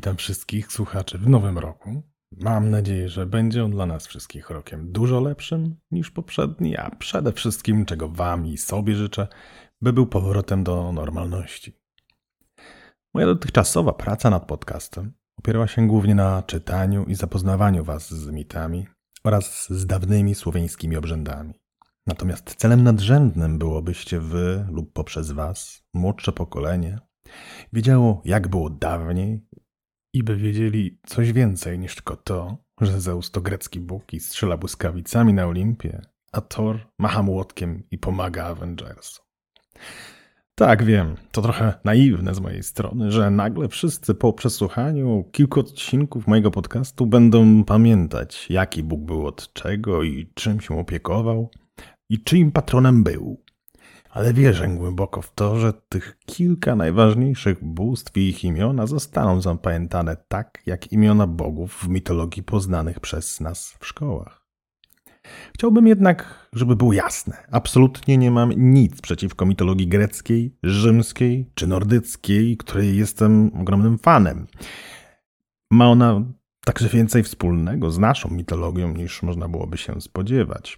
Witam wszystkich słuchaczy w nowym roku. Mam nadzieję, że będzie on dla nas wszystkich rokiem dużo lepszym niż poprzedni, a przede wszystkim, czego wam i sobie życzę, by był powrotem do normalności. Moja dotychczasowa praca nad podcastem opierała się głównie na czytaniu i zapoznawaniu was z mitami oraz z dawnymi słowiańskimi obrzędami. Natomiast celem nadrzędnym było, byście wy lub poprzez was, młodsze pokolenie, wiedziało, jak było dawniej i by wiedzieli coś więcej niż tylko to, że Zeus to grecki bóg i strzela błyskawicami na Olimpie, a Thor macha młotkiem i pomaga Avengersom. Tak, wiem, to trochę naiwne z mojej strony, że nagle wszyscy po przesłuchaniu kilku odcinków mojego podcastu będą pamiętać, jaki Bóg był od czego i czym się opiekował i czyim patronem był. Ale wierzę głęboko w to, że tych kilka najważniejszych bóstw i ich imiona zostaną zapamiętane tak, jak imiona bogów w mitologii poznanych przez nas w szkołach. Chciałbym jednak, żeby było jasne, absolutnie nie mam nic przeciwko mitologii greckiej, rzymskiej czy nordyckiej, której jestem ogromnym fanem. Ma ona także więcej wspólnego z naszą mitologią, niż można byłoby się spodziewać.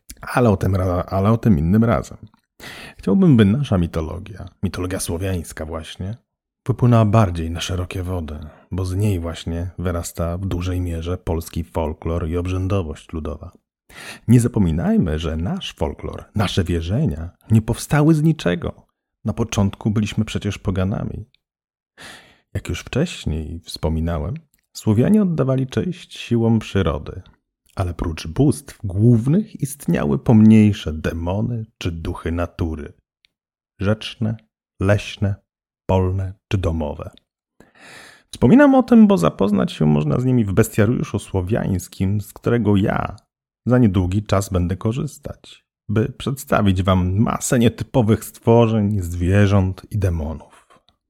Ale o tym innym razem. Chciałbym, by nasza mitologia słowiańska właśnie, wypłynęła bardziej na szerokie wody, bo z niej właśnie wyrasta w dużej mierze polski folklor i obrzędowość ludowa. Nie zapominajmy, że nasz folklor, nasze wierzenia nie powstały z niczego. Na początku byliśmy przecież poganami. Jak już wcześniej wspominałem, Słowianie oddawali cześć siłom przyrody. Ale prócz bóstw głównych istniały pomniejsze demony czy duchy natury. Rzeczne, leśne, polne czy domowe. Wspominam o tym, bo zapoznać się można z nimi w bestiariuszu słowiańskim, z którego ja za niedługi czas będę korzystać, by przedstawić wam masę nietypowych stworzeń, zwierząt i demonów.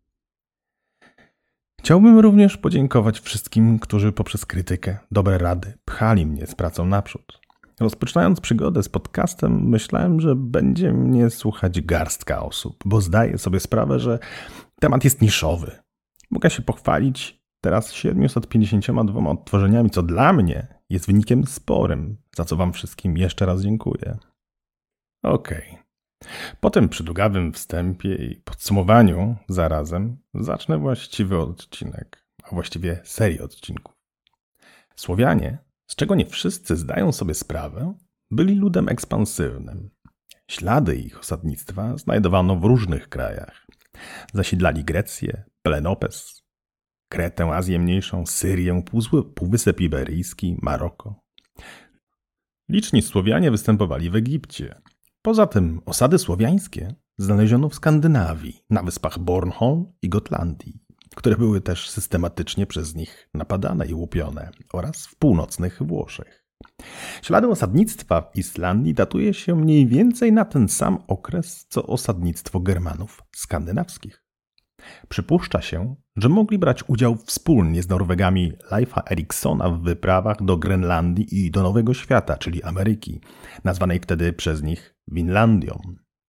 Chciałbym również podziękować wszystkim, którzy poprzez krytykę, dobre rady pchali mnie z pracą naprzód. Rozpoczynając przygodę z podcastem, myślałem, że będzie mnie słuchać garstka osób, bo zdaję sobie sprawę, że temat jest niszowy. Mogę się pochwalić teraz 752 odtworzeniami, co dla mnie jest wynikiem sporym, za co wam wszystkim jeszcze raz dziękuję. Okej. Po tym przydługawym wstępie i podsumowaniu zarazem zacznę właściwy odcinek, a właściwie serię odcinków. Słowianie, z czego nie wszyscy zdają sobie sprawę, byli ludem ekspansywnym. Ślady ich osadnictwa znajdowano w różnych krajach. Zasiedlali Grecję, Pelenopes, Kretę, Azję Mniejszą, Syrię, Półwysep Iberyjski, Maroko. Liczni Słowianie występowali w Egipcie. Poza tym osady słowiańskie znaleziono w Skandynawii, na wyspach Bornholm i Gotlandii, które były też systematycznie przez nich napadane i łupione, oraz w północnych Włoszech. Ślady osadnictwa w Islandii datuje się mniej więcej na ten sam okres, co osadnictwo Germanów skandynawskich. Przypuszcza się, że mogli brać udział wspólnie z Norwegami Leif'a Eriksona w wyprawach do Grenlandii i do Nowego Świata, czyli Ameryki, nazwanej wtedy przez nich Winlandią.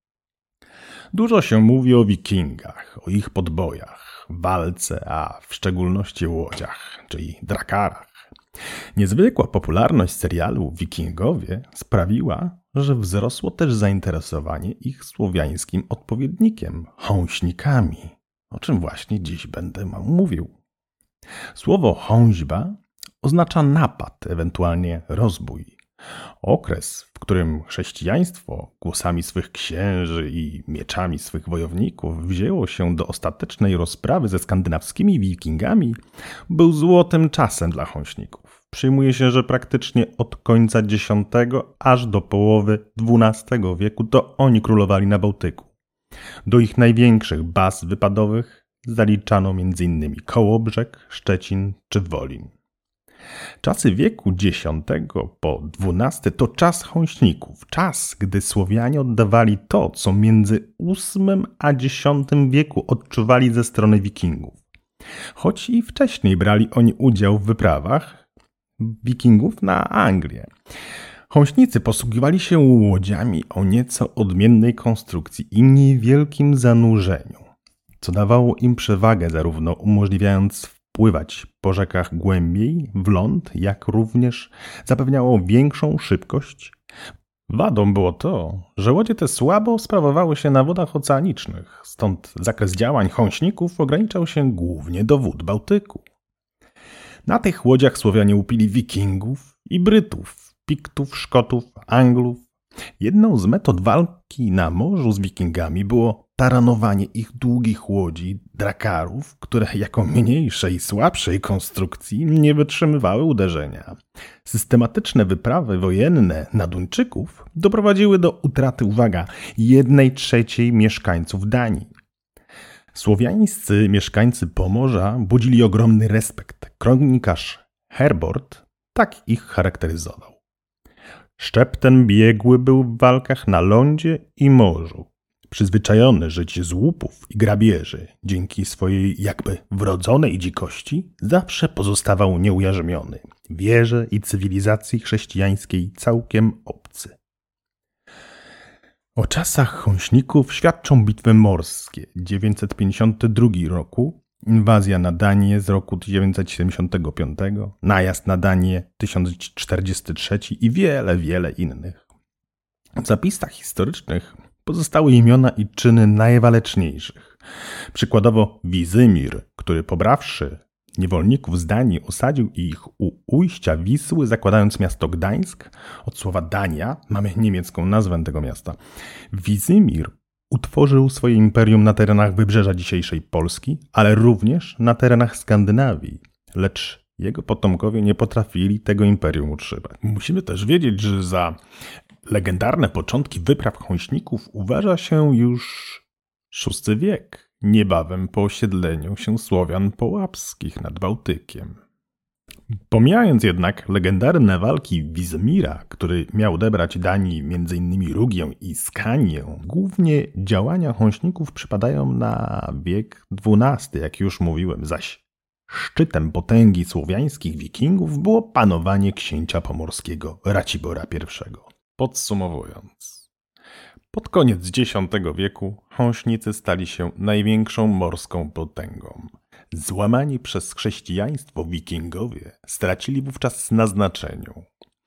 Dużo się mówi o wikingach, o ich podbojach, walce, a w szczególności łodziach, czyli drakarach. Niezwykła popularność serialu Wikingowie sprawiła, że wzrosło też zainteresowanie ich słowiańskim odpowiednikiem, hąśnikami, o czym właśnie dziś będę wam mówił. Słowo hąźba oznacza napad, ewentualnie rozbój. Okres, w którym chrześcijaństwo głosami swych księży i mieczami swych wojowników wzięło się do ostatecznej rozprawy ze skandynawskimi wikingami, był złotym czasem dla hąśników. Przyjmuje się, że praktycznie od końca X aż do połowy XII wieku to oni królowali na Bałtyku. Do ich największych baz wypadowych zaliczano m.in. Kołobrzeg, Szczecin czy Wolin. Czasy wieku X po XII to czas hąśników, czas, gdy Słowianie oddawali to, co między VIII a X wieku odczuwali ze strony wikingów. Choć i wcześniej brali oni udział w wyprawach wikingów na Anglię. Hąśnicy posługiwali się łodziami o nieco odmiennej konstrukcji i niewielkim zanurzeniu, co dawało im przewagę zarówno umożliwiając pływać po rzekach głębiej, w ląd, jak również zapewniało większą szybkość. Wadą było to, że łodzie te słabo sprawowały się na wodach oceanicznych, stąd zakres działań chąśników ograniczał się głównie do wód Bałtyku. Na tych łodziach Słowianie łupili Wikingów i Brytów, Piktów, Szkotów, Anglów. Jedną z metod walki na morzu z Wikingami było taranowanie ich długich łodzi, drakarów, które jako mniejszej i słabszej konstrukcji nie wytrzymywały uderzenia. Systematyczne wyprawy wojenne na Duńczyków doprowadziły do utraty, uwaga, 1/3 mieszkańców Danii. Słowiańscy mieszkańcy Pomorza budzili ogromny respekt. Kronikarz Herbort tak ich charakteryzował. Szczep ten biegły był w walkach na lądzie i morzu. Przyzwyczajony żyć z łupów i grabieży, dzięki swojej jakby wrodzonej dzikości, zawsze pozostawał nieujarzmiony. Wierze i cywilizacji chrześcijańskiej całkiem obcy. O czasach chąśników świadczą bitwy morskie 952 roku, inwazja na Danię z roku 1975, najazd na Danię 1043 i wiele innych. W zapisach historycznych pozostały imiona i czyny najwaleczniejszych. Przykładowo Wizymir, który pobrawszy niewolników z Danii osadził ich u ujścia Wisły, zakładając miasto Gdańsk. Od słowa Dania mamy niemiecką nazwę tego miasta. Wizymir utworzył swoje imperium na terenach wybrzeża dzisiejszej Polski, ale również na terenach Skandynawii, lecz jego potomkowie nie potrafili tego imperium utrzymać. Musimy też wiedzieć, że za legendarne początki wypraw chąśników uważa się już VI wiek, niebawem po osiedleniu się Słowian połapskich nad Bałtykiem. Pomijając jednak legendarne walki Wizmira, który miał odebrać Danii m.in. Rugię i Skanię, głównie działania chąśników przypadają na wiek XII, jak już mówiłem, zaś szczytem potęgi słowiańskich wikingów było panowanie księcia pomorskiego Racibora I. Podsumowując, pod koniec X wieku chąśnicy stali się największą morską potęgą. Złamani przez chrześcijaństwo wikingowie stracili wówczas na znaczeniu.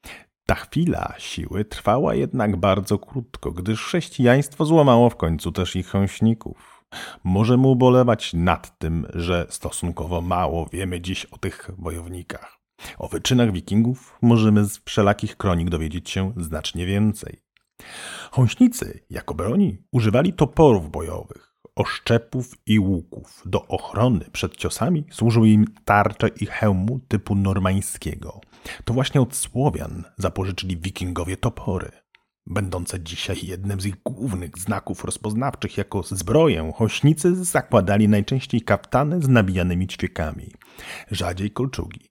Ta chwila siły trwała jednak bardzo krótko, gdyż chrześcijaństwo złamało w końcu też i chąśników. Możemy ubolewać nad tym, że stosunkowo mało wiemy dziś o tych wojownikach. O wyczynach wikingów możemy z wszelakich kronik dowiedzieć się znacznie więcej. Chąśnicy jako broni używali toporów bojowych, oszczepów i łuków. Do ochrony przed ciosami służyły im tarcze i hełmu typu normańskiego. To właśnie od Słowian zapożyczyli wikingowie topory. Będące dzisiaj jednym z ich głównych znaków rozpoznawczych jako zbroję, chąśnicy zakładali najczęściej kaftany z nabijanymi ćwiekami, rzadziej kolczugi.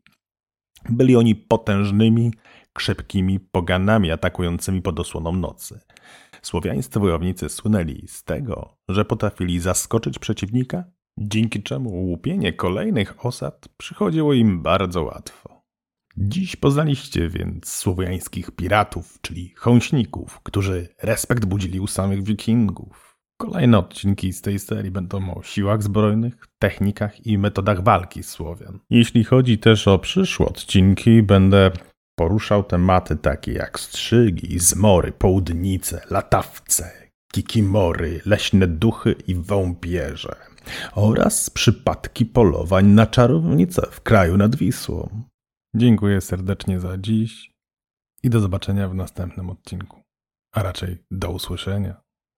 Byli oni potężnymi, krzepkimi poganami atakującymi pod osłoną nocy. Słowiańscy wojownicy słynęli z tego, że potrafili zaskoczyć przeciwnika, dzięki czemu łupienie kolejnych osad przychodziło im bardzo łatwo. Dziś poznaliście więc słowiańskich piratów, czyli chąśników, którzy respekt budzili u samych wikingów. Kolejne odcinki z tej serii będą o siłach zbrojnych, technikach i metodach walki Słowian. Jeśli chodzi też o przyszłe odcinki, będę poruszał tematy takie jak strzygi, zmory, południce, latawce, kikimory, leśne duchy i wąpierze oraz przypadki polowań na czarownice w kraju nad Wisłą. Dziękuję serdecznie za dziś i do zobaczenia w następnym odcinku, a raczej do usłyszenia.